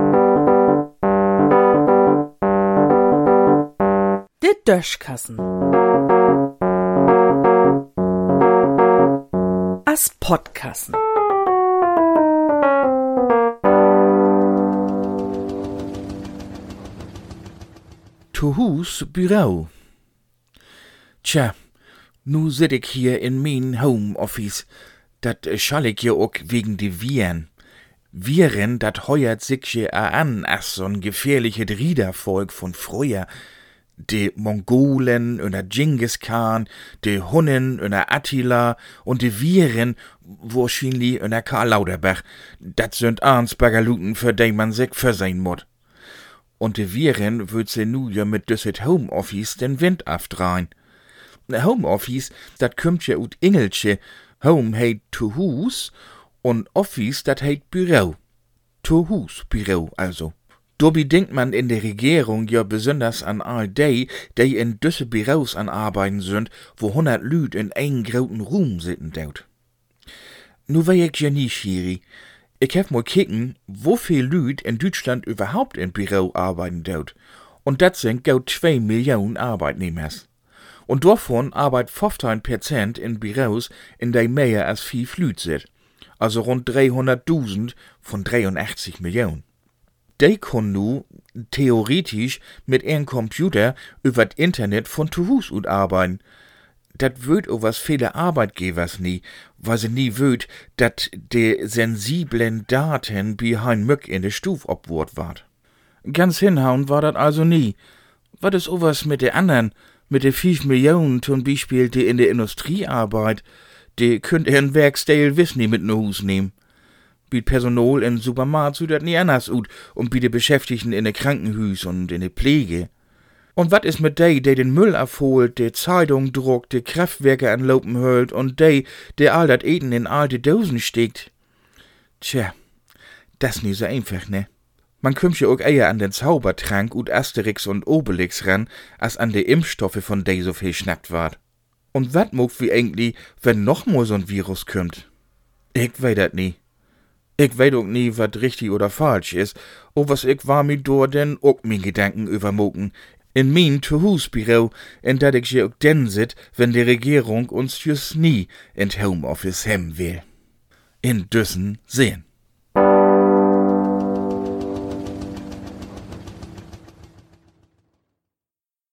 De Döschkassen. As Podkassen. To Hus Büro. Tja, nu sit ich hier in mein Homeoffice. Dat schall ich ja auch wegen de Viren. Viren, dat heuert sich ja an as so'n gefährliche Riedervolk von früher. De Mongolen und der Genghis Khan, de Hunnen und der Attila und de Viren wahrscheinlich und der Karl Lauterbach. Dat sind Arnsberger Luten, für die man sich versehen muss. Und de Viren würd se nu ja mit düsset Homeoffice den Wind afdrehen. Homeoffice, dat kümmt ja ut Engelsche. Home heit to Hus und Office, dat heit Büro. To Hus Büro also. Dobi denkt man in der Regierung ja besonders an all die in düsse Büros an Arbeiten sind, wo 100 Lüd in einen großen Raum sitten daut. Nu wär ich ja nie schiri. Ich hab mal kicken, wo viel Lüd in Deutschland überhaupt in Büro arbeiten daut. Und dat sind gut 2 Millionen Arbeitnehmers. Und davon arbeit 15% in Büros, in denen mehr als 5 Lüd sind. Also rund 300.000 von 83 Millionen. Die können nu theoretisch mit ihrem Computer über das Internet von zu Hus ut arbeiten. Dat würd o was viele Arbeitgebers nie, weil sie nie würd, dat de sensiblen Daten behind Mück in de Stuf obwurt ward. Ganz hinhauen war dat also nie. Was is o was mit de anderen, mit de 5 Millionen zum Beispiel, die in der Industrie arbeit, die könnt ihren Werkstil wiss nie mit ne Hus nehmen. Biet Personal in Supermarkt so dat nie anders ut und biete Beschäftigten in de Krankenhüs und in de Pflege. Und wat is mit die den Müll abholt, die Zeitung druckt, die Kraftwerke anlopen hölt und die all dat Eten in alte Dosen steckt? Tja, das nie so einfach, ne? Man kümmt ja auch eher an den Zaubertrank und Asterix und Obelix ran, als an die Impfstoffe von die so viel schnappt ward. Und wat muck wie eigentlich, wenn noch mal so'n Virus kümmt? Ich weiß dat nie. Ich weiß auch nie, wat richtig oder falsch is, o was ich war mi do denn auch min Gedanken übermoken. In mein To-Hus-Büro, in dat ich ja auch denn sit, wenn die Regierung uns just nie in Homeoffice hemmen will. In düssen sehen.